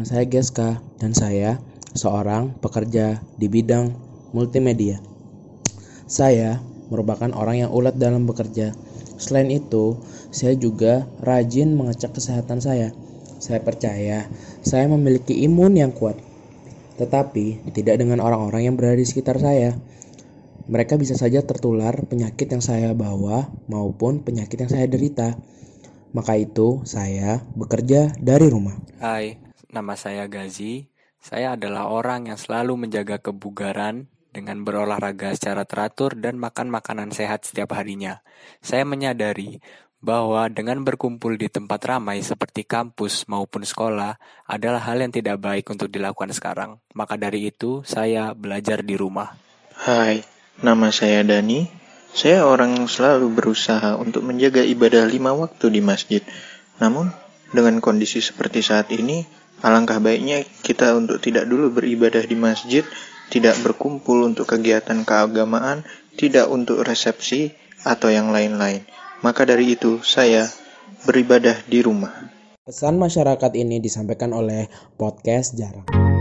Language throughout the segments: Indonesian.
Nama saya Geska dan saya seorang pekerja di bidang multimedia. Saya merupakan orang yang ulet dalam bekerja. Selain itu, saya juga rajin mengecek kesehatan saya. Saya percaya saya memiliki imun yang kuat, tetapi tidak dengan orang-orang yang berada di sekitar saya. Mereka bisa saja tertular penyakit yang saya bawa maupun penyakit yang saya derita. Maka itu, saya bekerja dari rumah. Hai, nama saya Gazi. Saya adalah orang yang selalu menjaga kebugaran dengan berolahraga secara teratur dan makan makanan sehat setiap harinya. Saya menyadari bahwa dengan berkumpul di tempat ramai seperti kampus maupun sekolah adalah hal yang tidak baik untuk dilakukan sekarang. Maka dari itu, saya belajar di rumah. Hai, nama saya Dani. Saya orang yang selalu berusaha untuk menjaga ibadah 5 waktu di masjid. Namun, dengan kondisi seperti saat ini, alangkah baiknya kita untuk tidak dulu beribadah di masjid, tidak berkumpul untuk kegiatan keagamaan, tidak untuk resepsi, atau yang lain-lain. Maka dari itu, saya beribadah di rumah. Pesan masyarakat ini disampaikan oleh Podcast Jarang.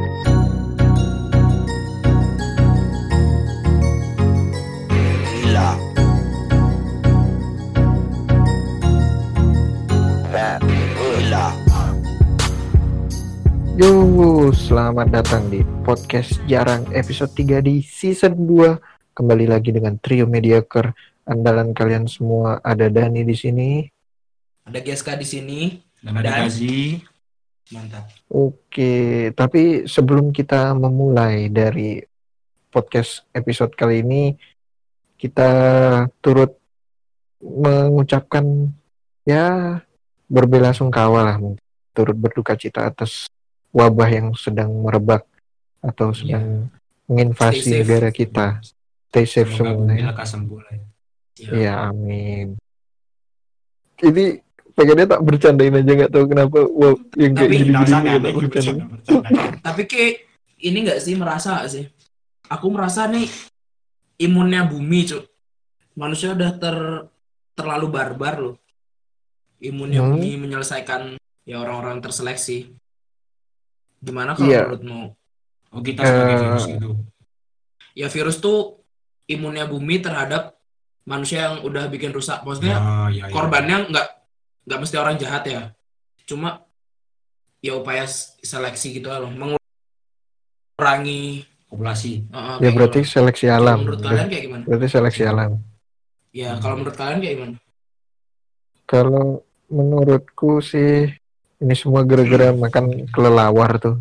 Yo, selamat datang di Podcast Jarang episode 3 di season 2. Kembali lagi dengan trio mediocre andalan kalian semua. Ada Dani di sini. Ada Geska di sini. Dan ada Gazi. Mantap. Oke, tapi sebelum kita memulai dari podcast episode kali ini, kita turut mengucapkan ya berbelasungkawa lah, turut berduka cita atas wabah yang sedang merebak atau sedang menginvasi negara kita. Stay safe semuanya. Semoga sembuh lah ya. Iya, amin. Ini pengennya tak bercandain aja, nggak tahu kenapa. Wow, yang kayak gini-gini tak bercandain. Tapi kayak ini nggak sih, merasa nggak sih? Aku merasa nih imunnya bumi, cuk. Manusia udah terlalu barbar loh. Imunnya bumi menyelesaikan ya orang-orang terseleksi. Gimana kalau menurutmu? Oh, kita sebagai virus gitu. Ya virus tuh imunnya bumi terhadap manusia yang udah bikin rusak. Maksudnya korbannya nggak mesti orang jahat ya. Cuma ya upaya seleksi gitu loh, mengurangi populasi. Ya berarti gitu. Seleksi alam. Menurut kalian kayak gimana? Berarti seleksi alam. Ya kalau menurut kalian kayak gimana? Kalau menurutku sih ini semua gara-gara makan kelelawar tuh.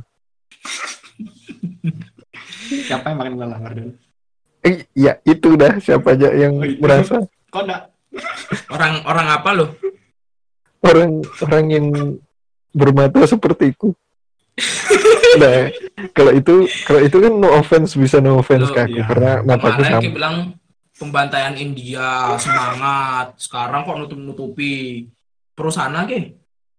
Siapa yang makan kelelawar dulu? Ya itu dah, siapa aja yang merasa. Kok enggak? Orang apa loh? Orang yang bermata sepertiku. Nah, kalau itu kan no offense, bisa no offense ke aku karena mataku sama. Kemarin bilang pembantaian India semangat, sekarang kok nutup-nutupi perusahaan ke?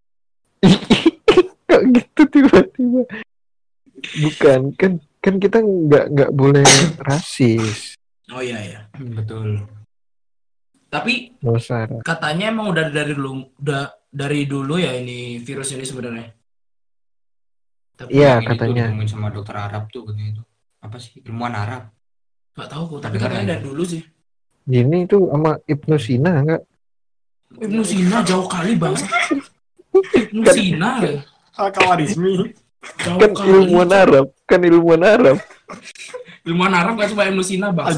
Kok gitu tiba-tiba? Bukan, kan kita nggak boleh rasis. Oh iya. Betul. Tapi katanya emang udah dari dulu ya ini virus ini sebenarnya. Iya katanya. Ngomongin sama dokter Arab tuh katanya itu. Apa sih? Ilmuwan Arab. Nggak tahu, tapi katanya dari dulu sih. Ini tuh sama Ibnu Sina nggak? Ibnu Sina jauh kali bangsa. Ibnu Sina ya. Al-Khawarizmi. Kan ilmuwan Arab. Ilmuwan Arab nggak cuma Ibnu Sina bangsa.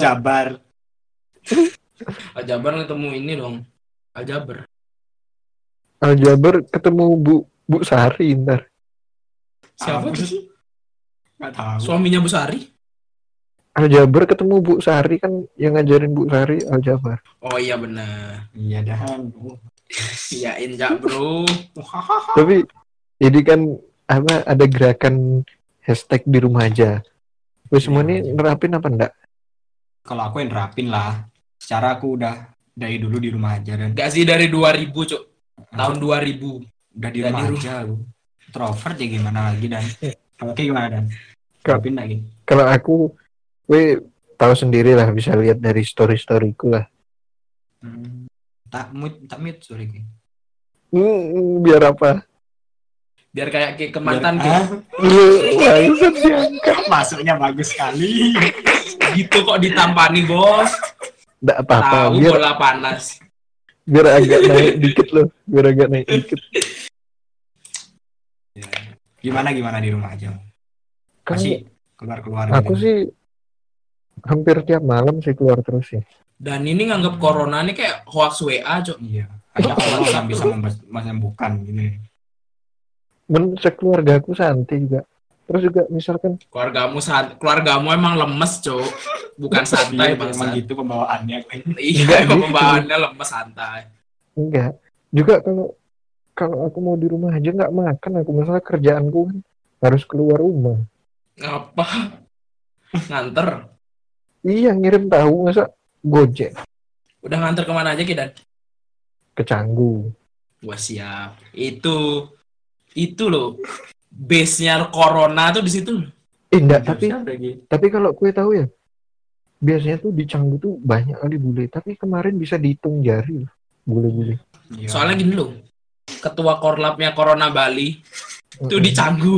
Al-Jabar ketemu ini dong. Al-Jabar ketemu Bu Sari ntar. Siapa sih? Nggak tahu. Suaminya Bu Sari. Al-Jabar ketemu Bu Sari, kan yang ngajarin Bu Sari Al-Jabar. Oh iya benar. Iya dah. Iya injak bro. Tapi ini kan ada gerakan hashtag di rumah aja. Gue semua ini nerapin apa enggak? Kalau aku yang nerapin lah. Secara aku udah dari dulu di rumah aja dan. Gak sih dari 2000 cuk. Tahun 2000 udah di rumah aja lu. Introvert ya gimana lagi dan. Oke gimana dan? Nerapin lagi. Kalau aku, gue tahu sendiri lah, bisa lihat dari story-storyku lah. Tak mute sorry. Biar apa? Biar kayak ke mantan Ki. Bangsat diangkat. Masuknya bagus sekali. Gitu kok ditampani, Bos. Nggak apa-apa, Tahu biar bola panas. agak naik dikit loh, biar agak naik dikit. Gimana di rumah aja? Kan Masih keluar aku gitu. sih hampir tiap malam sih keluar terus sih. Dan ini nganggap corona ini kayak hoax WA, Cok. Iya. Hanya Allah yang bisa menyembuhkan gini. Sekeluarga aku santai juga. Terus juga misalkan Keluargamu emang lemes, Cok. Bukan santai, Iya, Bang. emang gitu pembawaannya. Iya, Enggak emang gitu. pembawaannya lemes santai. enggak. Juga kalau aku mau di rumah aja nggak makan, aku masalah kerjaanku kan harus keluar rumah. Apa? Nganter. Iya, ngirim tahu masa Gojek Udah nganter kemana aja, Kidan? ke Canggu. Wah, siap. Itu loh. Base-nya corona tuh di situ. Enggak, Siap lagi. tapi kalau kue tahu ya, biasanya tuh di Canggu tuh banyak kali bule, tapi kemarin bisa dihitung jari loh, bule-bule. Iya. Soalnya gini loh. Ketua Korlapnya Corona Bali itu di Canggu.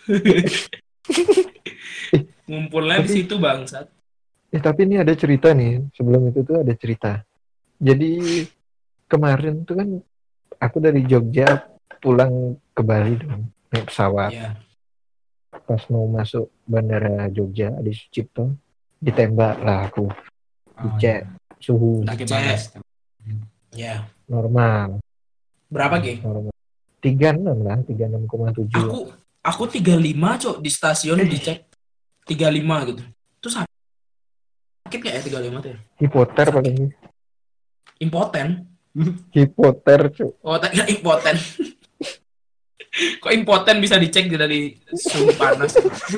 Ngumpulnya di Tapi- situ, bangsat. Tapi ini ada cerita nih, sebelum itu tuh ada cerita. Jadi kemarin tuh kan aku dari Jogja pulang ke Bali dong, naik pesawat. Iya. Pas mau masuk bandara Jogja Adi Sucipto, ditembak lah aku, dicek suhu Sakit Cek. banget. Ya. normal, Berapa, Ki? normal. 36 lah, 36,7. Aku 35, Cok, di stasiun dicek 35 gitu. Terus sakit nggak ya 35 tuh ya? Hipoter paling Impoten. hipoter cu. Oh, ya, impoten. Kok impoten bisa dicek dari suhu panas?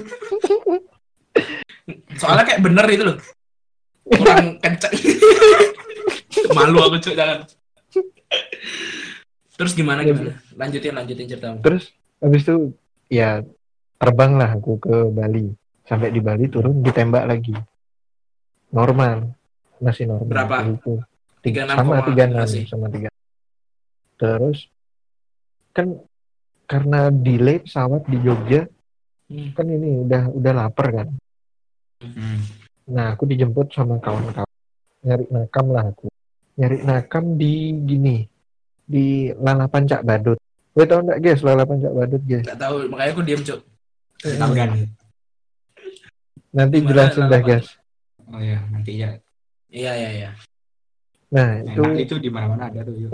Soalnya kayak bener itu loh. Kurang kenceng. Malu aku, Cok, jangan. Terus gimana? Lanjutin ceritamu. Terus habis itu ya terbang lah aku ke Bali. Sampai di Bali turun ditembak lagi. Normal. Masih normal. Berapa? Suhuku. 36, Sama 36 masih. sama 3. Terus kan karena delay pesawat di Jogja, kan ini udah lapar kan. Nah, aku dijemput sama kawan-kawan. Nyari nakam lah aku. Nyari nakam di di Lalapan Cak Badut. Gue tau nggak guys Lalapan Cak Badut guys? Nggak tahu, makanya aku diem, Cok. Tahu kan? Nanti Gimana jelasin dah Lalapan? guys. Oh ya, nanti ya. Iya. Nah Enak itu di mana-mana ada tuh. Yuk.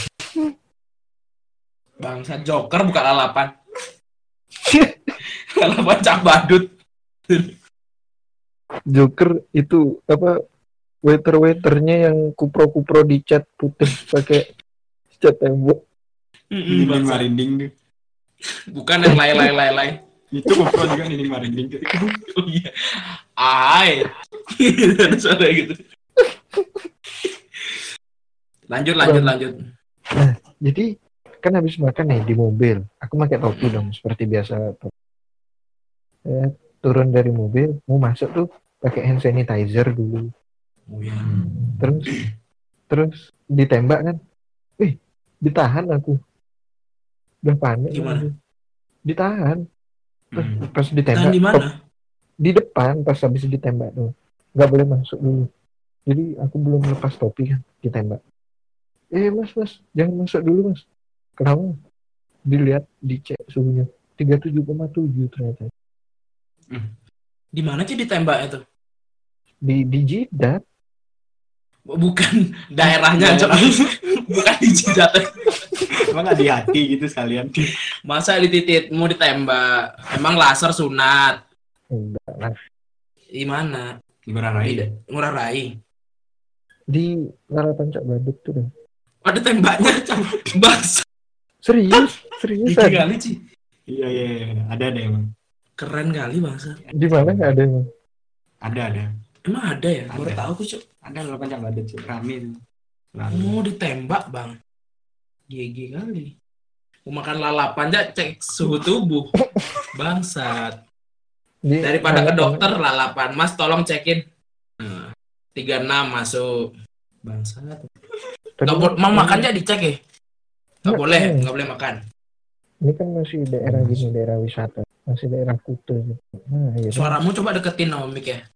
Bangsa Joker bukan lalapan. Lalapan Cak Badut. Joker itu apa waiternya yang kupro dicat putih pakai cat tembok. Nining Bangsa. Marinding tuh. Bukan yang lay. Itu kopro juga Nining Marinding. Oh iya. Ai. Suara gitu. Lanjut. Jadi kan habis makan nih di mobil, aku pakai topi dong seperti biasa. Turun dari mobil, mau masuk tuh pakai hand sanitizer dulu. Oh iya. Terus ditembak kan? Ditahan aku. Udah panik. Gimana? Aku. Ditahan. Pas Dan ditembak. di mana? Di depan pas habis ditembak tuh. Nggak boleh masuk dulu. Jadi aku belum lepas topi kan, ditembak. Mas, jangan masuk dulu mas. Kenapa? Dilihat, dicek suhunya 37,7 ternyata. Di mana sih ditembak itu? Di jidat. Bukan daerahnya, Cok. Bukan di jidat. Emang nggak di hati gitu sekalian? Masa di titik mau ditembak? Emang laser sunat? Enggak lah. Di mana? Ngurah Rai. Ngurah Rai. Di Lalapan Cak Badut tuh dong. Ada tembaknya, Bas. Serius Gigi seriusan. kali sih. Iya. Ada emang. Keren kali, bangsa. Di mana nggak ada emang? Ada. Emang ada ya? Baru Ada. tahu aku, Cok. Ada Lalapan Cak Badut sih. Rame tuh. Oh, ditembak, Bang. GG kali. Mau makan lalapan aja cek suhu tubuh. Bangsat. Daripada ke dokter lalapan. Mas tolong cekin. 36 masuk. Bangsat. Mau makan aja dicek ya? Nggak boleh makan. Ini kan masih daerah gini, daerah wisata, masih daerah Kuta gitu. Nah, ya kan. Suaramu coba deketin sama mic ya.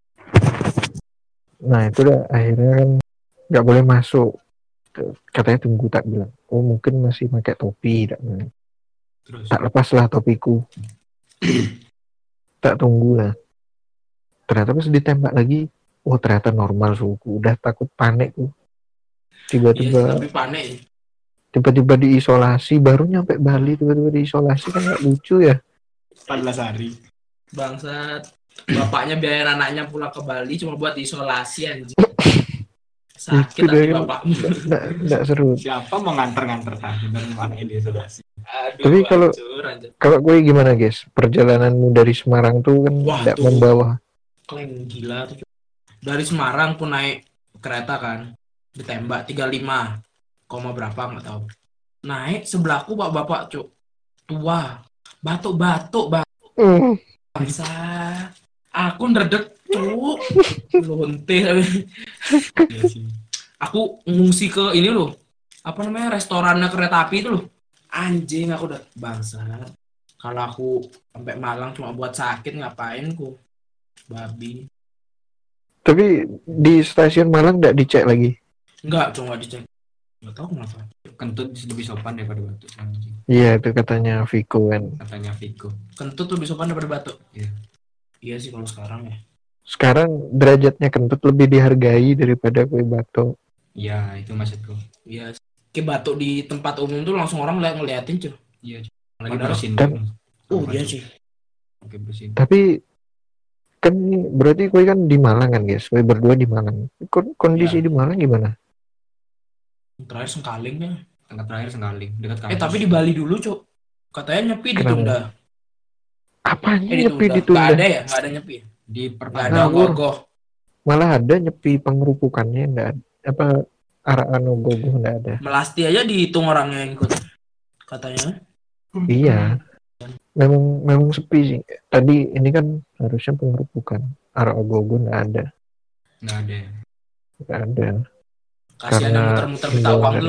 Nah itu dah akhirnya kan nggak boleh masuk. Katanya tunggu, tak bilang. Oh mungkin masih pakai topi, tak bilang. Terus Tak lepaslah topiku. Tak tunggu lah. Ternyata pas ditembak lagi, oh ternyata normal suku. Udah takut panik tuh. Iya sih, Tiba-tiba tapi panik. tiba-tiba diisolasi, baru nyampe Bali tiba-tiba diisolasi, kan nggak lucu ya. 14 hari. Bangsat. Bapaknya biayain anaknya pulang ke Bali cuma buat isolasi anjing. Sakit Itu hati deh, bapakmu. nggak seru. Siapa mau nganter-nganter tadi dan mana ini isolasi? Aduh, Tapi kalau hancur, hancur. kalau gue gimana guys, perjalananmu dari Semarang tuh kan Wah, nggak tuh. membawa. Kleng gila tuh. Dari Semarang pun naik kereta kan. Ditembak 35, berapa nggak tahu. Naik sebelahku bapak-bapak cuk. Tua. Batuk-batuk bangsa. Aku ndredeg cuk. Lonte. Iya sih. Aku ngungsi ke ini loh. Apa namanya? Restorannya kereta api itu loh. Anjing aku udah bangsa. Kalau aku sampai Malang cuma buat sakit ngapain ku? Babi. Tapi di stasiun Malang nggak dicek lagi. Enggak, cuma dicek. Enggak tahu kenapa. Kentut lebih sopan daripada batuk anjing. Iya itu katanya Viko kan. Katanya Viko. Kentut lebih sopan daripada batuk. Iya. Iya sih kalau sekarang ya. Sekarang derajatnya kentut lebih dihargai daripada kue batok. Iya, itu maksudku. Iya. Kayak batuk di tempat umum tuh langsung orang ngeliatin cuy. Iya. Lagi Kan darah. bersin Dan- dulu. Oh Apa iya tuh? sih. Oke, bersin. Tapi kan ini berarti kue kan di Malang kan guys, kue berdua di Malang. Kondisi Iya. di Malang gimana? Terakhir Sengkaling ya. Tengah terakhir sekali dekat kampus. Tapi di Bali dulu cuk. Katanya nyepi Kenapa? ditunda. Apanya nyepi Ditunda. Nggak ditunda? ada ya? Nggak ada nyepi. Di Nggak perpanjangan. ada Ngawur. ogoh. Malah ada nyepi pengerupukannya, enggak ada. Apa araan ogoh enggak ada. Melasti aja dihitung orangnya yang ikut. Katanya. Iya. Memang sepi sih. Tadi ini kan harusnya pengerupukan. Araan ogoh enggak ada. Nggak ada. Enggak ada. Kasihan yang Karena muter-muter minta uang himbauan dulu.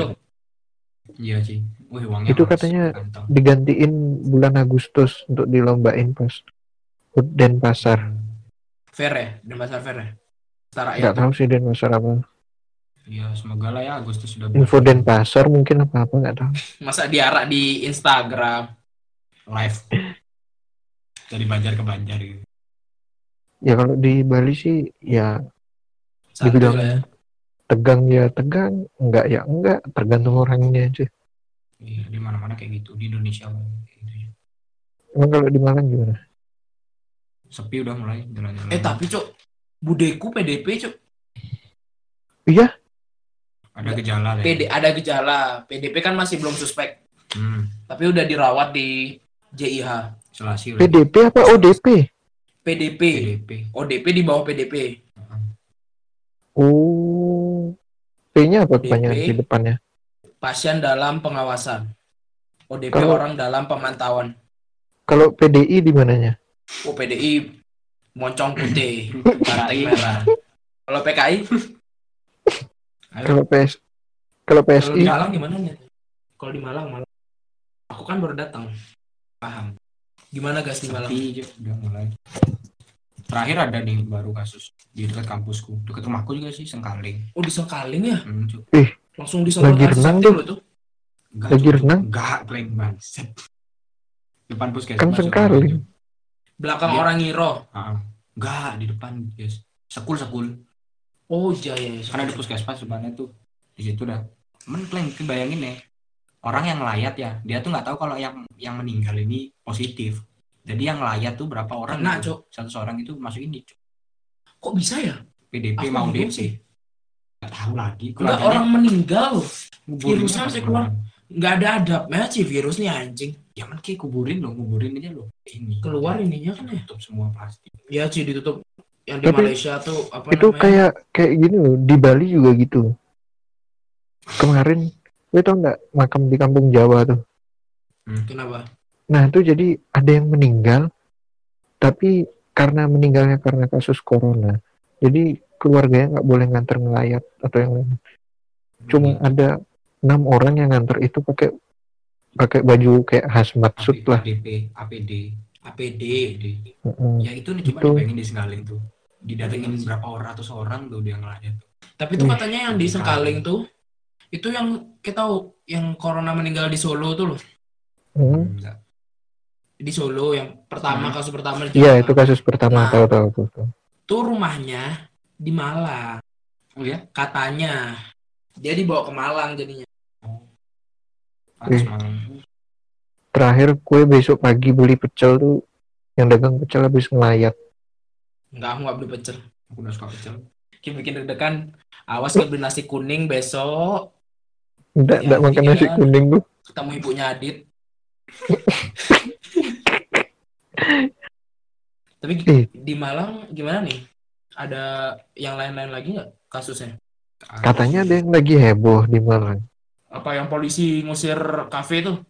Iya sih. Wih, uangnya Itu habis katanya di kantong. digantiin bulan Agustus untuk dilombain pas HUT Denpasar. Fair ya? Dan pasar fair ya? Setara Enggak ya. tahu sih Denpasar apa. Iya, semoga lah ya Agustus sudah Info berakhir. Denpasar mungkin apa-apa enggak tahu. Masa diarak di Instagram. Live dari Banjar ke Banjar gitu. Ya kalau di Bali sih ya Santuy dibilang lah ya. tegang ya tegang, enggak ya enggak, tergantung orangnya aja. Iya, di mana-mana kayak gitu. Di Indonesia kayak gitu. Emang kalau di Malang gimana? Sepi udah mulai jalan-jalan. Tapi cuk, budeku PDP cuk. Iya, Ada gejala deh. Ada gejala. PDP kan masih belum suspek. Tapi udah dirawat di JIH. Isolasi udah. PDP apa ODP? PDP. PDP. ODP di bawah PDP. Oh, P-nya apa ODP. kepanjangan di depannya? Pasien dalam pengawasan. ODP Kalau- orang dalam pemantauan. Kalau PDI di mananya? Oh PDI moncong putih, banteng merah. Kalau PKI, Kalau PS kalau kalau di PSI Malang gimana nih? Kalau di Malang, aku kan baru datang. Paham. Gimana guys di Malang? Sepi aja udah mulai. Terakhir ada nih baru kasus di dekat kampusku, dekat rumahku juga sih, Sengkaling. Oh di Sengkaling ya? Cuk. Langsung disemprot Lagi renang antiseptik tuh. loh tuh. Enggak, Lagi Cuk. renang? Enggak, klaim banget. Depan puskesmas. Kan Sengkaling. Belakang Iya. orang ngiro. Enggak, di depan, guys. Sekul. Oh iya. Karena ada puskesmas depannya tuh. Di situ dah. Klaim, bayangin nih. Orang yang layat ya, dia tuh nggak tahu kalau yang meninggal ini positif. Jadi yang layat tuh berapa orang Kena, gitu. 100 orang itu masuk ini. Cuk. Kok bisa ya? PDP Aku mau bingung DP. sih. Nggak tahu lagi. Enggak, orang meninggal loh. nguburin virusnya pas masih keluar. keluar. Nggak ada adabnya sih virusnya anjing. Ya kan kayak nguburin aja loh. Ini. Keluar ininya kan ya. Tutup semua plastik. Ya sih ditutup. Yang di Tapi Malaysia tuh apa itu namanya? kayak gini loh, di Bali juga gitu. Kemarin gue tau nggak makam di kampung Jawa tuh. Kenapa? Nah itu jadi ada yang meninggal, tapi karena meninggalnya karena kasus corona, jadi keluarganya nggak boleh nganter ngelayat atau yang lain. Cuma ada 6 orang yang nganter itu pakai pakai baju kayak hazmat suit lah. APD, APD. APD. Mm-mm. Ya itu nih coba Itu. dibayangin di Sengkaling tuh. Didatengin berapa ratus orang tuh dia ngelayat. Tapi itu katanya yang di Sengkaling tuh, itu yang kita tahu yang corona meninggal di Solo tuh loh. Enggak. Di Solo yang pertama, kasus pertama di Iya, Jawa. itu kasus pertama. Nah. Tahu. Tuh rumahnya di Malang. Oh ya? Katanya dia dibawa ke Malang jadinya. Atas Malang. Terakhir gue besok pagi beli pecel tuh, yang dagang pecel habis ngelayat. Enggak, aku nggak beli pecel. Aku udah suka pecel. Bikin deg-degan. Awas kalau beli nasi kuning besok. Enggak Ya, makan iya. nasi kuning tuh. Ketemu ibunya Adit. Tapi di Malang gimana nih? Ada yang lain-lain lagi nggak kasusnya? Katanya ada yang lagi heboh di Malang. Apa yang polisi ngusir kafe itu?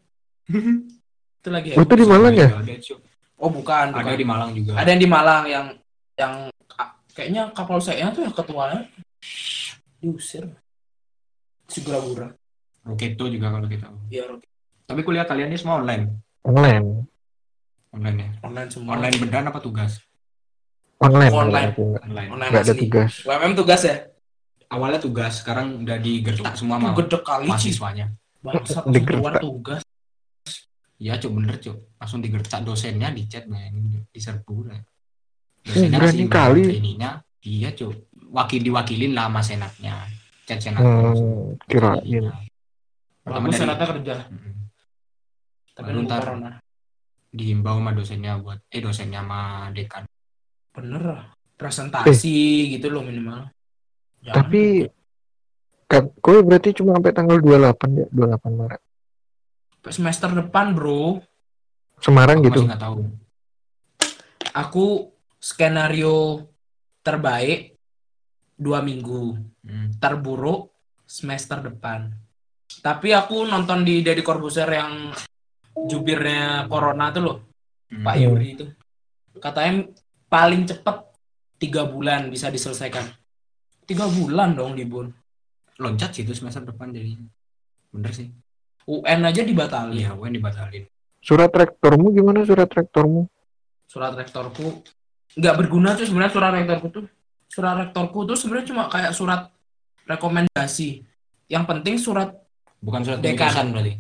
Itu lagi Oh, itu di Malang ya? Ada, Cuk. Oh bukan. Ada di Malang juga. Ada yang di Malang yang kayaknya Kapolseknya tuh ya ketuanya diusir. Si Gura-Gura. Roketo juga kalau kita. Iya, Tapi kuliah kalian ini semua online. Online. Online ya. online semua. Online beneran apa tugas? Online. Online. Aku enggak. Online. Online Enggak ada asli. tugas. WMM tugas ya? Awalnya tugas, sekarang udah digertak semua Itu sama gede kali sih. mahasiswanya. Bangsat Digertak. keluar tugas. Iya cuk, bener cuk. Langsung digertak dosennya di chat, bayangin diserbu lah. Dosennya Berani kasih kali. ininya. Iya cuk. Diwakilin lah sama senatnya. Chat senatnya. langsung. Kirain. Pertama Bagus dari senatnya kerja. Tapi Baru nunggu ntar. corona. dihimbau sama dosennya buat dosennya sama dekan. Bener lah. Presentasi gitu loh minimal. Jangan. Tapi kan gue berarti cuma sampai tanggal 28 ya, 28 Maret. Sampai semester depan bro. Semarang Aku gitu. masih nggak tahu. Aku skenario terbaik 2 minggu. Terburuk semester depan. Tapi aku nonton di Deddy Corbuzier yang jubirnya corona tuh loh, Pak Yuri itu. Katanya paling cepet 3 bulan bisa diselesaikan. 3 bulan dong libur. Loncat sih itu semester depan jadinya. Bener sih. UN aja dibatalin. Iya, UN dibatalin. Surat rektormu gimana surat rektormu? Surat rektorku nggak berguna tuh sebenarnya surat rektorku tuh. Surat rektorku tuh sebenarnya cuma kayak surat rekomendasi. Yang penting surat Bukan surat Dekan. keputusan berarti.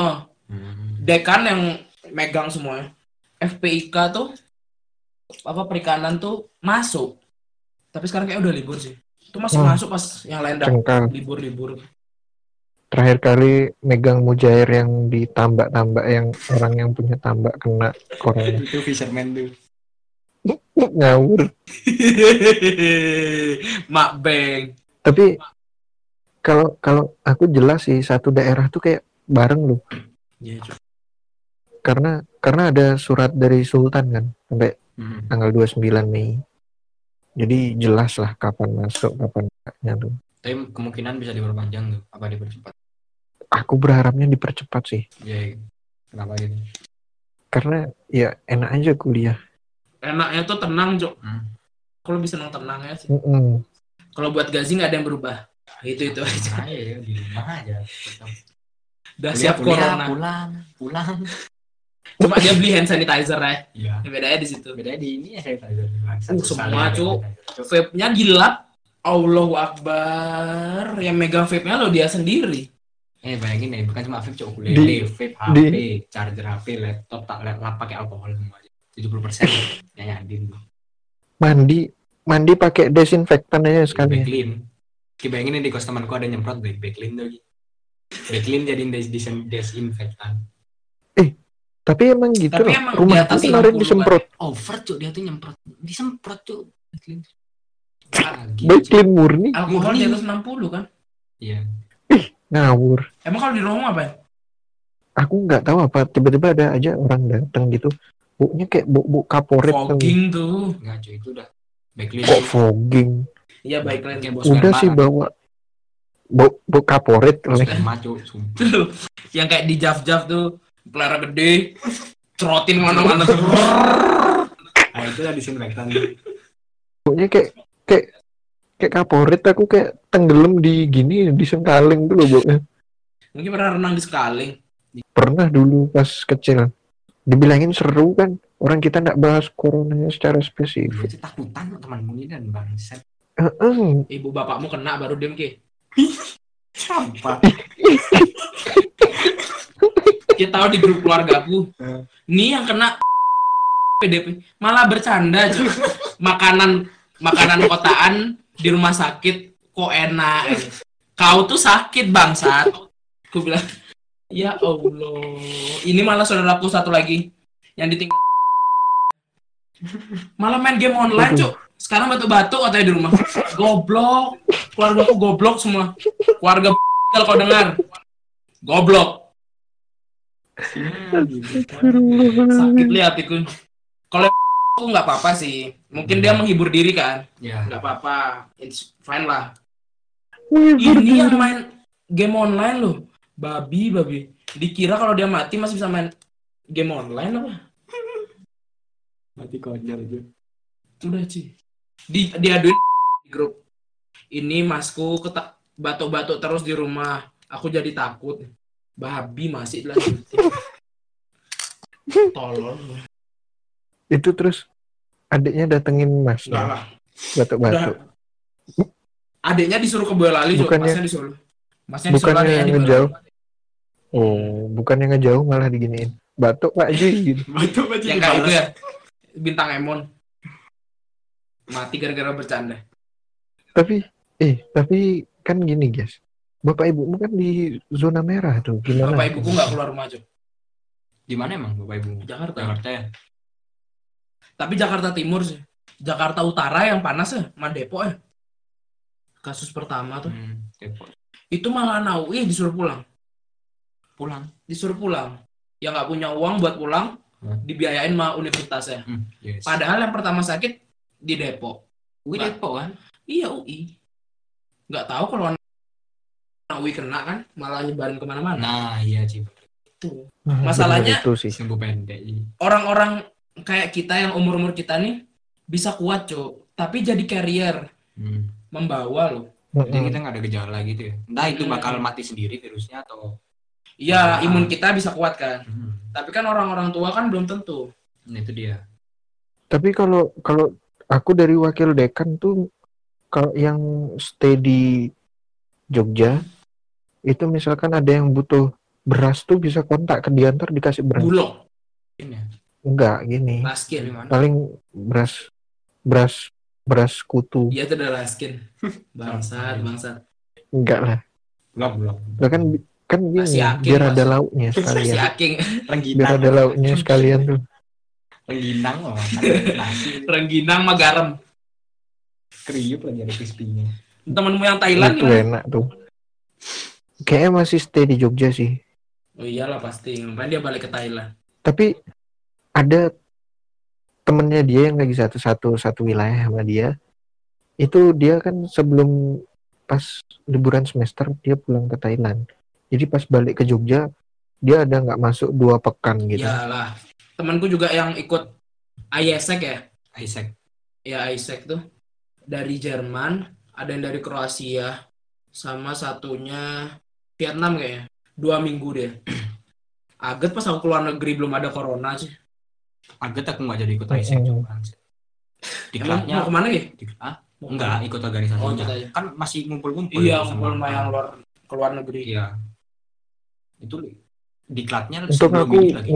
Dekan yang megang semuanya. FPIK tuh apa perikanan tuh masuk. Tapi sekarang kayak udah libur sih. Itu masih masuk pas yang lain dah Cengkal. libur-libur. Terakhir kali megang mujair yang ditambak-tambak, yang orang yang punya tambak kena corona. Itu fisherman tuh. Ngawur. Mak Beng. Tapi kalau aku jelas sih satu daerah tuh kayak bareng loh. Iya, Cuk. Karena ada surat dari Sultan kan sampai tanggal 29 Mei. Jadi jelas lah kapan masuk, kapan enggaknya tuh. Tapi kemungkinan bisa diperpanjang tuh, apa dipercepat? Aku berharapnya dipercepat sih. Ya, kenapa gitu? Karena ya enak aja kuliah. Enaknya tuh tenang, Cuk. Kalau bisa tenang ya sih. Kalau buat Gazi nggak ada yang berubah. Itu aja. Ya, di rumah aja. Udah siap corona. Pulang. Cuma dia beli hand sanitizer ya. Iya. Bedanya di situ. Beda di ini ya saya tahu. Semua, Cuk. Vape-nya gila. Allahu Akbar. Yang megang vape-nya lo dia sendiri. Bayangin nih, bukan cuma vape, Cuk. Ukulele, vape, HP, charger HP, laptop, lap pakai alkohol semua aja. 70% nyadin. Mandi pakai desinfektan aja sekali. Backlin. Bayangin nih di kos temanku ada nyemprot backlin lagi. Backlin jadiin desinfektan. Tapi emang gitu Tapi loh. emang Rumah di atas tuh kemarin 60-an. disemprot. Over, Cuk, dia tuh disemprot, Cuk. Backlin. Backlin murni. Alkohol Murni. di atas 60 kan? Iya. Ngawur. Emang kalau di rumah apa ya? Aku nggak tahu apa, tiba-tiba ada aja orang datang gitu. Buknya kayak buk kaporit. Fogging tuh. Enggak, Cuk, itu udah backlin. Kok fogging? Iya baik lain. Kayak bos Udah sperma sih kan. bawa buk kaporit. Sperma, Cuk, sumpah. Yang kayak di jaf-jaf tuh. Pelera gede. Cerotin mana-mana tuh. Nah, itu lah disinfektan. Buknya kayak kaporit, aku kayak tenggelam di gini, di Sengkaling tuh loh buknya. Mungkin pernah renang di Sekaling. Pernah dulu pas kecil dibilangin seru kan, orang kita nggak bahas coronanya secara spesifik. Ketakutan temanmu ini dan bangsat. Ibu bapakmu kena baru diem Ki. Siapa? Kita tahu di grup keluargaku. Nih yang kena PDP malah bercanda cuy. Makanan kotaan di rumah sakit kok enak. Kau tuh sakit bangsat. Aku bilang, ya Allah. Ini malah saudaraku satu lagi yang ditinggal malah main game online cuk. Sekarang batu-batu katanya di rumah. Goblok. Keluarga aku goblok semua. Keluarga kalau kau dengar. Goblok. Sakit lihat hatiku. Kalau aku nggak apa-apa sih. Mungkin dia menghibur diri kan. Ya. Nggak apa-apa. It's fine lah. Ini yang main game online loh. Babi. Dikira kalau dia mati masih bisa main game online apa? Mati konyol aja. Udah sih. Diaduin di grup. Ini masku batuk-batuk terus di rumah. Aku jadi takut. Babi masih lagi. Tolol. Itu terus adiknya datengin mas Enggak lah. batuk-batuk. Adiknya disuruh ke Boyolali, Bukannya- masnya disuruh. Masnya disuruh bukannya adiknya di ngejauh. Boyolali. Oh, bukannya ngejauh malah diginiin. Batuk Pak Ji gitu. Batu baju Yang kayak itu ya. Bintang Emon. Mati gara-gara bercanda. Tapi kan gini guys. Bapak ibumu kan di zona merah tuh. Gimana? Bapak ibuku nggak keluar rumah, Cuk. Di mana emang Bapak Ibu? Jakarta. Jakarta ya. Tapi Jakarta Timur sih. Jakarta Utara yang panas ya, sama Depok ya. Kasus pertama tuh. Depok. Itu malah anak UI disuruh pulang. Disuruh pulang. Yang nggak punya uang buat pulang, dibiayain sama universitasnya. Yes. Padahal yang pertama sakit di Depok. UI Depok kan? Iya UI. Nggak tahu kalau anak UI kena kan, malah nyebarin kemana-mana. Nah, iya sih. Tuh. Masalahnya- Bener itu sih. Sembuh pendek. Orang-orang kayak kita yang umur-umur kita nih bisa kuat, Cuk. Tapi jadi carrier, membawa loh. Jadi kita nggak ada gejala gitu ya. Entah itu bakal mati sendiri virusnya atau Iya, imun kita bisa kuat kan. Tapi kan orang-orang tua kan belum tentu. nah, itu dia. Tapi kalau aku dari wakil dekan tuh, kalau yang stay di Jogja itu misalkan ada yang butuh beras tuh bisa kontak ke diantar dikasih beras. Bulog, Ini ya. Enggak gini. laskin. Paling beras kutu. Iya itu udah laskin. Bangsat. Enggak lah. Belum. Lah kan gini, Masih yakin, biar Mas. ada lauknya Si sekalian. Aking, Biar ada lauknya sekalian tuh. Rengginang loh. Nasi rengginang sama garam. kriuk lagi ada crispy-nya. Temenmu yang Thailand Itu gimana? enak tuh. Kayaknya masih stay di Jogja sih. Oh iyalah pasti. Ngapain dia balik ke Thailand? Tapi ada temennya dia yang lagi satu wilayah sama dia. Itu dia kan sebelum pas liburan semester dia pulang ke Thailand. Jadi pas balik ke Jogja dia ada nggak masuk 2 pekan gitu. Iyalah. Temanku juga yang ikut ISEC ya. Isaac. Ya ISEC tuh dari Jerman, ada yang dari Kroasia, sama satunya Vietnam kayaknya. 2 minggu dia. Aget pas aku keluar negeri belum ada corona sih. Aget aku nggak jadi ikut Isaac juga. Emang Diklatnya mau kemana ya? Mau enggak ikut organisasinya. Oh, ikut aja. Kan masih ngumpul-ngumpul. Iya, ya sama ngumpul yang keluar negeri. Iya. Itu diklatnya Untuk sebelum aku ini lagi.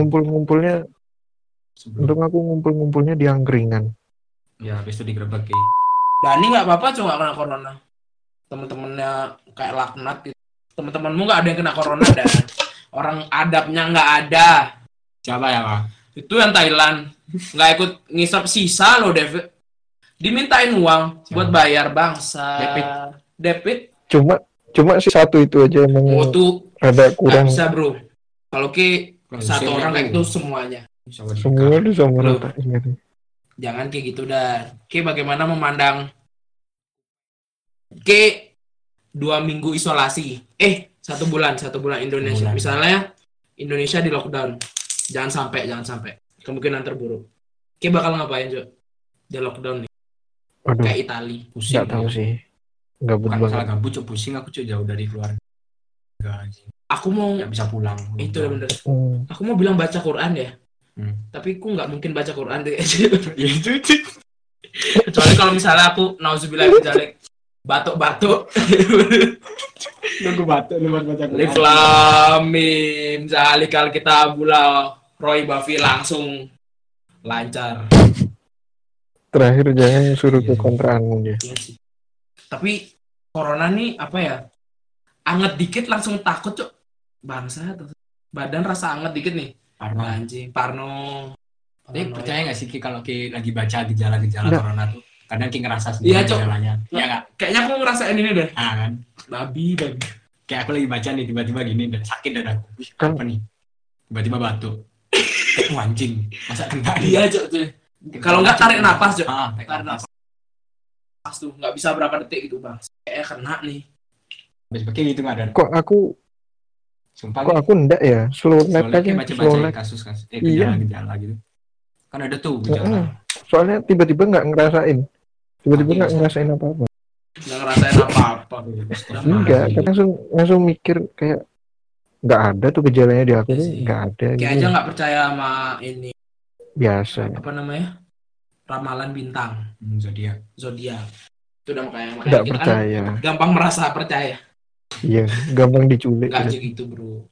ngumpul-ngumpulnya di angkringan. Ya, habis itu digerebek ya. Dani nggak apa-apa cuma kena corona. Temen-temennya kayak laknat gitu. Temen-temenmu nggak ada yang kena corona dan orang adabnya nggak ada. Siapa ya, Pak? Itu yang Thailand nggak ikut ngisap sisa loh, David. Dimintain uang buat bayar bangsa. Debit. Cuma si satu itu aja emang Oh tuh rada nggak kurang. bisa bro. Kalau satu Kurang orang kayak tuh. itu semuanya. Semua itu sama Belum. rata gitu. Jangan kayak gitu dah. Bagaimana memandang 2 minggu isolasi. 1 bulan Indonesia. Bulan. Misalnya Indonesia di lockdown. Jangan sampai. Kemungkinan terburuk. Bakal ngapain, Jo? Di lockdown nih. Aduh, Kayak Itali. nggak tahu sih. Gabut Bukan banget. masalah gabut, pusing aku jauh dari keluarga. aku mau nggak bisa pulang. itu udah bener. Hmm. Aku mau bilang baca Quran ya. Tapi aku nggak mungkin baca Quran deh. Ya itu. Kecuali kalau misalnya aku nauzubillah min dzalik batuk-batuk. Nunggu batuk lu buat baca Alif lam mim zalikal kitabula Roy Bafi langsung lancar. Terakhir jangan suruh ke Iya. kontraanmu dia. Iya sih. Tapi corona nih apa ya? Anget dikit langsung takut, Cuk. Bangsa tuh. Badan rasa anget dikit nih. Parno. Anjing, parno. Tapi Parno. percaya nggak sih Ki, kalau Ki lagi baca gejala-gejala Nggak. corona tuh kadang Ki ngerasa Iya, sendiri Cok. gejalanya. Iya nggak? Kayaknya aku ngerasain ini deh. Ah kan. Babi. Kayak aku lagi baca nih tiba-tiba gini dan sakit dadaku. Wih, Kan- apa nih? Tiba-tiba batuk. Kayak anjing. Masa kena nih? Iya, Cuk. Cuy. Kalau nggak tarik napas, Cuk. Tarik Tarik napas. napas tuh. Nggak bisa berapa detik gitu, Bang. Kayaknya kena nih. Habis pakai gitu nggak ada. Kok Sumpah aku enggak ya? Slow lab soalnya aja, kayak slow baca-baca lab. kasus-kasus Iya. gejala-gejala gitu. Kan ada tuh gejala. Soalnya tiba-tiba nggak ngerasain. Tiba-tiba Tapi nggak bisa. ngerasain apa-apa. Nggak ngerasain apa-apa. Enggak, kan langsung mikir kayak nggak ada tuh gejalanya di aku Iya tuh sih. nggak ada. Kayak Gitu. aja nggak percaya sama ini. Biasa. Apa namanya? Ramalan bintang. Zodiak. Zodiak. Itu udah makanya Nggak kita kan percaya. gampang merasa percaya. Iya, gampang diculik. Nggak aja gitu, Bro.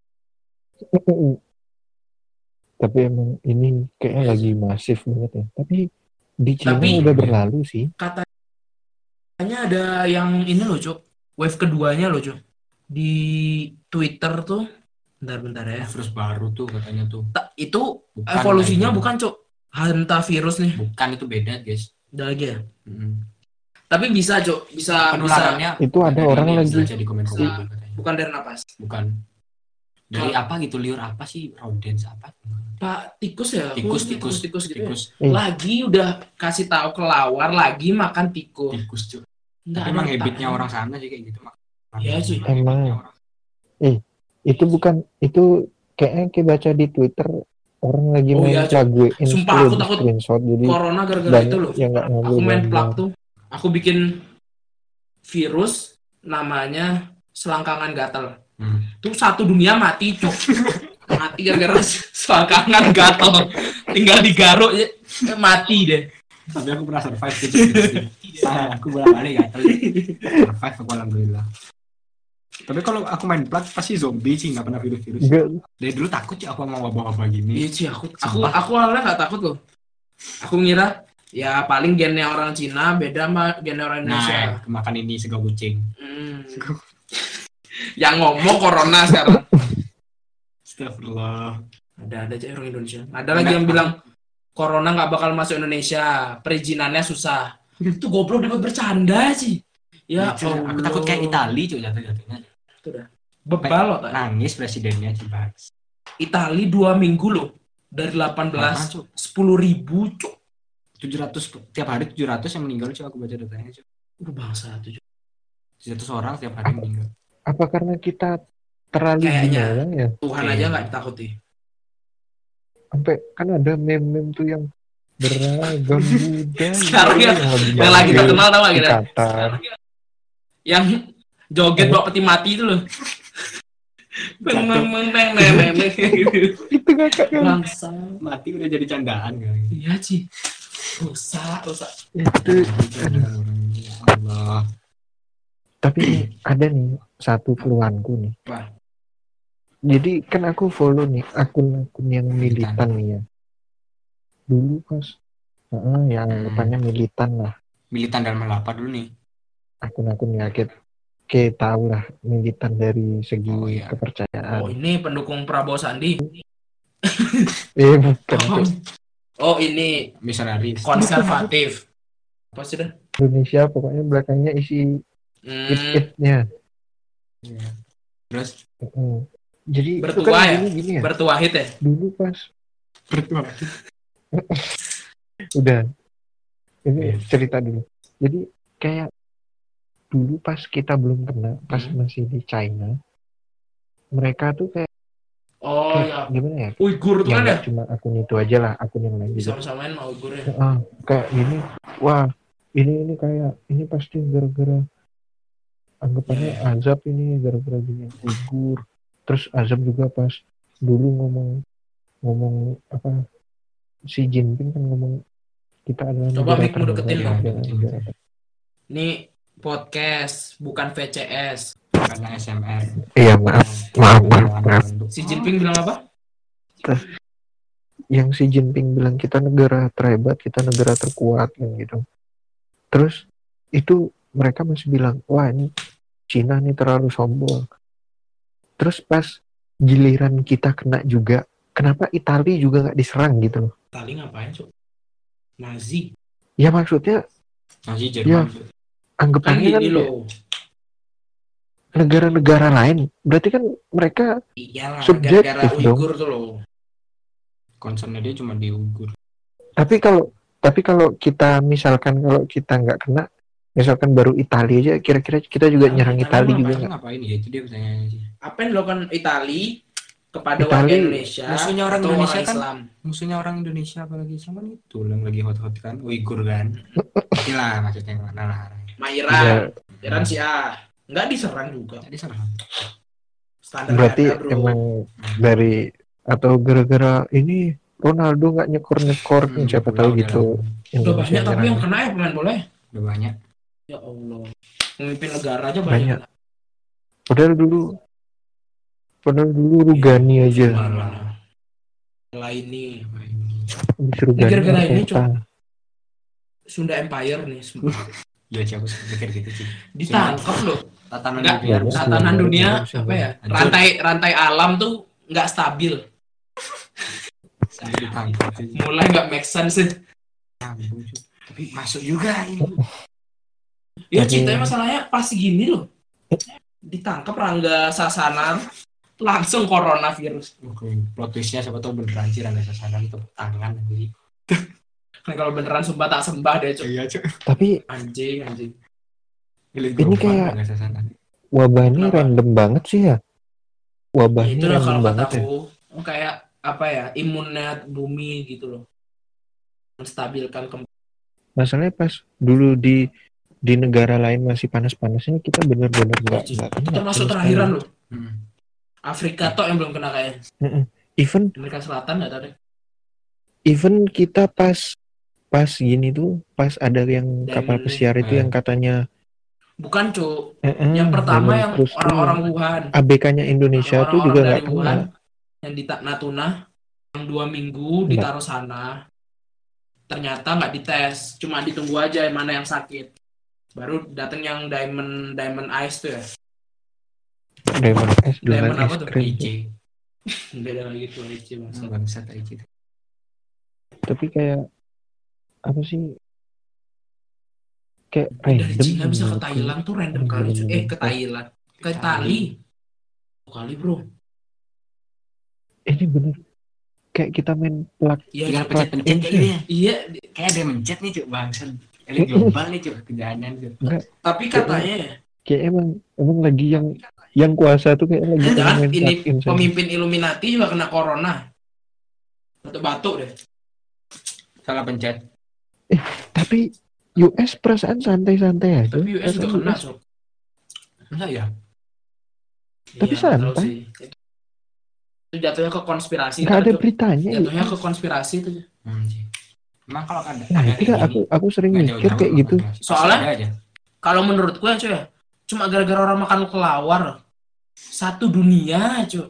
Tapi emang ini kayaknya lagi masif banget ya. Tapi di Cina Tapi- udah berlalu sih. Katanya ada yang ini loh, Cuk. Wave keduanya loh, Cuk. Di Twitter tuh. Bentar ya. Virus baru tuh katanya tuh. Itu Bukan evolusinya lagi. bukan, Cuk. Hantavirus nih. Bukan, itu beda guys. Udah lagi ya. Mm-mm. Tapi bisa, Cuk. Bisa Penularannya Itu ada dari orang ini, lagi. baca di komen-komen Bisa. katanya. bukan dari napas. Bukan. Dari apa gitu, liur apa sih? Rodents apa? Pak tikus ya? Tikus Tikus gitu ya. tikus Lagi udah kasih tahu kelawar lagi makan tikus. tikus cuy. Nggak Tapi ada emang habitnya otaknya. orang sana sih kayak gitu. Iya, cuy. Emang. Itu bukan, itu kayaknya kayak baca di Twitter orang lagi Oh main iya, plug gue Sumpah, aku takut screenshot jadi Corona gara-gara banyak itu loh. yang nggak ngambil Aku main gambar. plug tuh. Aku bikin virus namanya selangkangan gatel. Tuh satu dunia mati, cuk. Mati gara-gara selangkangan gatel. Tinggal digaruk ya, mati deh. Tapi aku pernah survive gitu. Aku bolak-balik gatel. Survive aku alhamdulillah. Tapi kalau aku main plug pasti zombie sih, nggak pernah virus-virus. Enggak, Dari dulu takut sih aku mau wabah-wabah gini. Iya sih, aku Sumpah. awalnya nggak takut loh. Aku ngira ya paling gennya orang Cina beda sama gennya orang Indonesia. Nah, makan ini sego kucing. Yang ngomong corona sekarang. Astagfirullah. Ada aja orang Indonesia. Ada lagi yang bilang corona nggak bakal masuk Indonesia, perizinannya susah. Itu goblok dia bercanda sih. Ya, Lucu. Aku takut kayak Itali cuy jatuh-jatuhnya. Itu dah. Bebal loh. Tak? Nangis presidennya sih, Bang. Itali 2 minggu loh. Dari 18 10.000 cuk. 700 tiap hari 700 yang meninggal cuy, aku baca datanya cuy. Bangsa tuh. 700 orang tiap hari meninggal. apa karena kita terlalu Kayaknya. gila ya? Tuhan Oke. aja nggak ditakuti. Sampai kan ada meme-meme tuh yang beragam budaya Sekarang ya, lebih Yang lagi bagus terkenal tau gak di kita? Qatar. Yang joget bawa peti mati itu loh. Beng beng beng beng beng beng beng gitu. Itu kakak kan Bangsa. Mati udah jadi candaan kan. Iya sih. Rusak. itu. Ya Allah. Tapi ada nih satu keluhanku nih. Apa? Jadi kan aku follow nih akun-akun yang militan nih ya. Dulu pas yang anggapannya militan lah. Militan dalam hal apa dulu nih? Akun-akun ya kayak tahu lah militan dari segi Oh, iya. kepercayaan. Oh ini pendukung Prabowo Sandi. Bukan. Oh, oh ini Misionaris. konservatif. Apa sih dah? Indonesia pokoknya belakangnya isi it-nya. Iya. Terus Jadi itu Bertuah kan ya? dulu gini ya. Bertuahid ya? Dulu pas bertua. udah ini Iya. cerita dulu. Jadi kayak dulu pas kita belum kena, pas masih di China, mereka tuh kayak Oh ya. gimana ya? Uighur tuh Ya kan ya? nggak cuma akun itu aja lah, akun yang lain juga. Sama-samain sama Uighur ya. Kayak gini, wah ini kayak ini pasti gara-gara anggapannya azab ini gara-gara gini Uighur. Terus Azam juga pas dulu ngomong apa, si Jinping kan ngomong kita adalah Coba negara mic-mu deketin terhebat, dong. negara. Ini podcast bukan VCS. Karena SMR. Iya, maaf. Si Jinping bilang apa? Yang si Jinping bilang kita negara terhebat, kita negara terkuat kan gitu. Terus itu mereka masih bilang, wah ini Cina nih terlalu sombong. Terus pas giliran kita kena juga, kenapa Italia juga nggak diserang gitu loh? Tali ngapain, Cuk? Nazi. Ya maksudnya Nazi Jerman. Ya, anggapannya kan gini kayak loh. negara-negara lain, berarti kan mereka Iyalah, subjektif gara-gara dong. Uighur tuh loh. Concernnya dia cuma di Uighur. Tapi kalau kita misalkan kalau kita nggak kena, misalkan baru Italia aja, kira-kira kita juga nyerang Italia juga nggak? Ngapain ya? Itu dia pertanyaannya sih. Apa yang dilakukan Italia kepada Italia, warga Indonesia musuhnya orang atau Indonesia orang kan? Islam? Musuhnya orang Indonesia apalagi Islam kan itu yang lagi hot-hot kan, Uighur kan. Itulah maksudnya mana lah. Iran, Iran sih nggak diserang juga. Tadi serang. Standar Berarti ganda, bro. emang dari atau gara-gara ini Ronaldo nggak nyekor siapa tahu gitu. Udah banyak tapi yang nyerang. kena ya pemain bola ya? Udah banyak. Ya Allah. Pemimpin negara aja Banyak. banyak. Padahal dulu Rugani aja. Lain nih. Habis Rugani Gara-gara ini, Arteta. Sunda Empire nih semua. Ya siapa sih mikir gitu sih. Ditangkap loh. Tatanan Enggak, dunia bagus. rusak. tatanan dunia Bagus. apa ya? Hancur. Rantai alam tuh nggak stabil. Sampai ditangkap. Mulai nggak make sense. Tapi masuk juga ini. Ya Tapi- ceritanya masalahnya pas gini loh. Ditangkap Rangga Sasana langsung coronavirus. Oke, plot twistnya siapa tahu beneran sih Rangga Sasana tepuk tangan nanti. Kan kalau beneran sumpah tak sembah deh, Cuk. Iya cuk. Tapi Anjing. Ini kayak- Rangga Sasana. wabah ini Kenapa? random banget sih ya. Wabah Ya, ini itu lah random kalau banget ya. kataku kayak apa ya, imunnya bumi gitu loh. Menstabilkan kembali. Masalahnya pas dulu di negara lain masih panas-panasnya, kita benar-benar nggak Itu kena termasuk sama terakhiran sekali. loh. Hmm. Afrika tok yang belum kena kayaknya. Even Amerika Selatan nggak tahu deh. kita pas gini tuh, pas ada yang kapal Diamond pesiar itu yang katanya Bukan, Cuk. Yang Diamond pertama yang Cruise tuh, orang-orang Wuhan. ABK-nya Indonesia tuh Orang-orang juga dari nggak Wuhan kena. yang di Natuna yang 2 minggu Enggak. ditaruh sana. Ternyata nggak dites, cuma ditunggu aja yang mana yang sakit. Baru datang yang Diamond Ice tuh ya. Diamond Ice jualan Diamond apa es tuh? krim. IC. Beda lagi tuh Ichi bangsa. Bangsat IC. Tapi kayak apa sih? Kayak Dari random. Cina bisa ke menurutku. Thailand tuh random kali, Cuk. Ke Thailand. Ke Itali. Kali, bro. Ini bener. Kayak kita main plug. Iya, Tinggal Cuk. pencet-pencet kayak gitu ya. Iya, Kayak ada yang mencet nih cuk bangsat. Elit global nih cuk kejadian cuk. tapi katanya ya, Kayak emang lagi yang kuasa tuh kayak lagi jangan main ini plug-in saja. pemimpin Illuminati juga kena corona. Batuk-batuk deh. Salah pencet. Tapi US perasaan santai-santai aja. Tapi US juga Perasaan kena, US Cuk. Enggak ya? Tapi Iya, nggak tahu santai. sih. Itu jatuhnya ke konspirasi. nggak ntar, ada Cuk. beritanya. Jatuhnya US. ke konspirasi tuh. Sih. Emang kalau ada Nah ada itu kayak kan gini, aku sering nggak mikir jauh-jauh kayak sama gitu. konspirasi. Soalnya- Pasti ada aja. Kalau menurutku ya, Cuy, cuma gara-gara orang makan kelawar. Satu dunia, Cuy.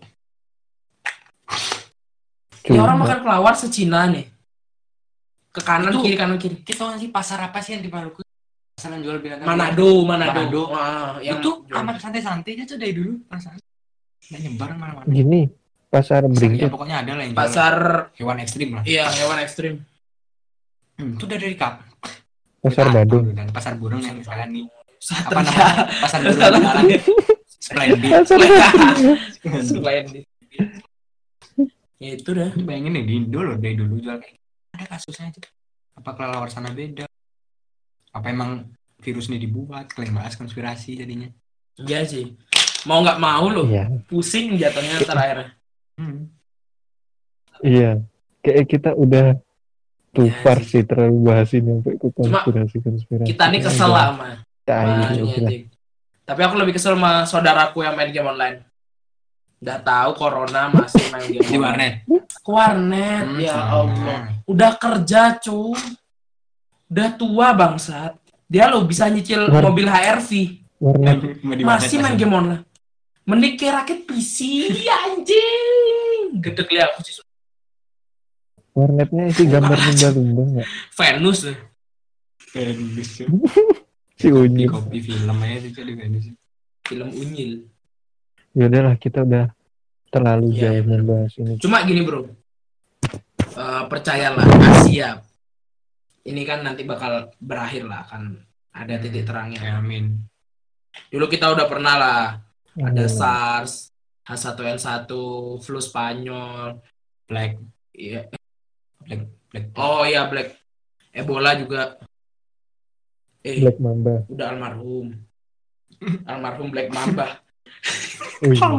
Ya Cuma orang makan kelawar se-Cina nih. Ke kanan Itu- kiri kanan kiri. Kita tahu nggak sih pasar apa sih yang di Maluku? Pasar yang jual binatang. Manado. Manado. Wah, yang Itu amat santai-santainya tuh dari dulu perasaan. Nggak nyebar mana-mana. gini pasar Ya, Bringkit. pokoknya ada lah yang jual pasar hewan ekstrim lah. iya hewan ekstrim. Itu udah dari kap. Pasar Badung. Dan pasar burung yang sekarang nih. Apa Satria. namanya? Pasar burung yang sekarang. Splendid. Pasar Selain di- Ya itu dah. Lu bayangin nih di Indo loh dari dulu jual kayak gitu. Ada kasusnya aja. Apa kelelawar sana beda? Apa emang virus ini dibuat? Kalian bahas konspirasi jadinya. Iya sih. Mau nggak mau loh. Iya, Pusing jatuhnya terakhir. iya. Kayak kita udah too Iya far sih. sih terlalu bahas ini sampai ke Cuma konspirasi. Kita nih kesel lah sama Tai, sama gitu ini lah. anjing. Tapi aku lebih kesel sama saudaraku yang main game online. Nggak tahu corona masih main game Di warnet. ke warnet. Ya sama. Allah, udah kerja cuy, udah tua bangsat. Dia lo bisa nyicil mobil HRV, Warnet. masih main game online. Mending kayak rakit PC anjing. Gede kali aku sih. Warnetnya isi gambar lumba-lumba nggak? Venus lah. Venus. Si Di Unyil. kopi film aja sih di Venus. Film unyil. Ya udahlah, kita udah terlalu Iya, jauh iya, membahas ini. Cuma gini bro, percayalah Asia ini kan nanti bakal berakhir lah, kan ada titik terangnya. Ya, amin. Dulu kita udah pernah lah, ada Hmm. SARS, H1N1, flu Spanyol, Black. iya. Black. Oh iya Black, Ebola juga. Black Mamba. Udah almarhum Black Mamba. Oh, iya.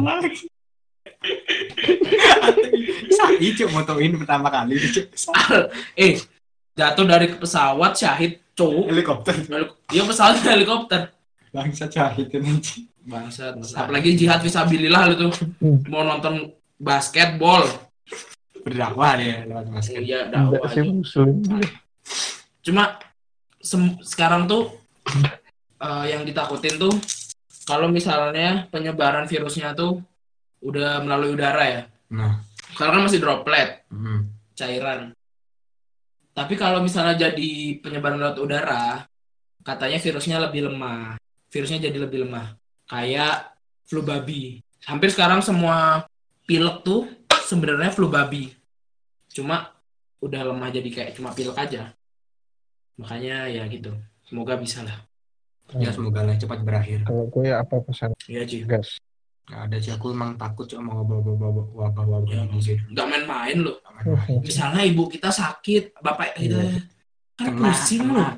Saya cuk motoin pertama kali cuk. Jatuh dari pesawat syahid cowok. Helikopter. Iya pesawat helikopter. Bangsa jahit ini. Bangsat. Apalagi jihad fisabilillah itu. Mau nonton basketball. Berdakwah dia lewat basket. Iya, Enggak dakwah. sih muslim. Cuma sekarang tuh yang ditakutin tuh kalau misalnya penyebaran virusnya tuh udah melalui udara ya. Nah. Sekarang kan masih droplet, Hmm. cairan. Tapi kalau misalnya jadi penyebaran lewat udara, katanya virusnya lebih lemah. Virusnya jadi lebih lemah. Kayak flu babi. Hampir sekarang semua pilek tuh sebenarnya flu babi. Cuma udah lemah jadi kayak cuma pilek aja. Makanya ya gitu. Semoga bisa lah. Ya semoga lah cepat berakhir. Kalau gue ya apa pesan Iya, Ci. gas. Gak ada sih, aku emang takut cuk sama wabah-wabah Ya, ini sih. nggak main-main loh. Misalnya ibu kita sakit, bapak kita kan pusing loh.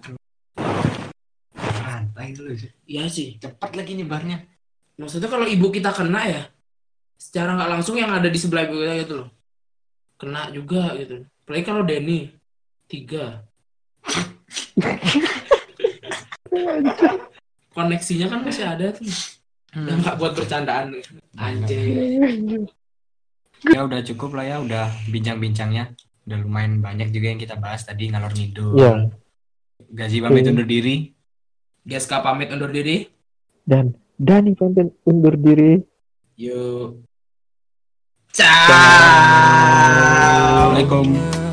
Rantai dulu sih. Iya sih. Cepat lagi nyebarnya. Maksudnya kalau ibu kita kena ya, secara nggak langsung yang ada di sebelah ibu kita gitu loh. Kena juga gitu. Apalagi kalau Denny 3. Koneksinya kan masih ada tuh. Udah nggak buat bercandaan. Anjir. Ya udah cukup lah ya, udah bincang-bincangnya. Udah lumayan banyak juga yang kita bahas tadi ngalor ngidul. Iya. Gazi pamit undur diri. Geska pamit undur diri. Dan Dani pamit undur diri. Yuk. Ciao. Assalamualaikum.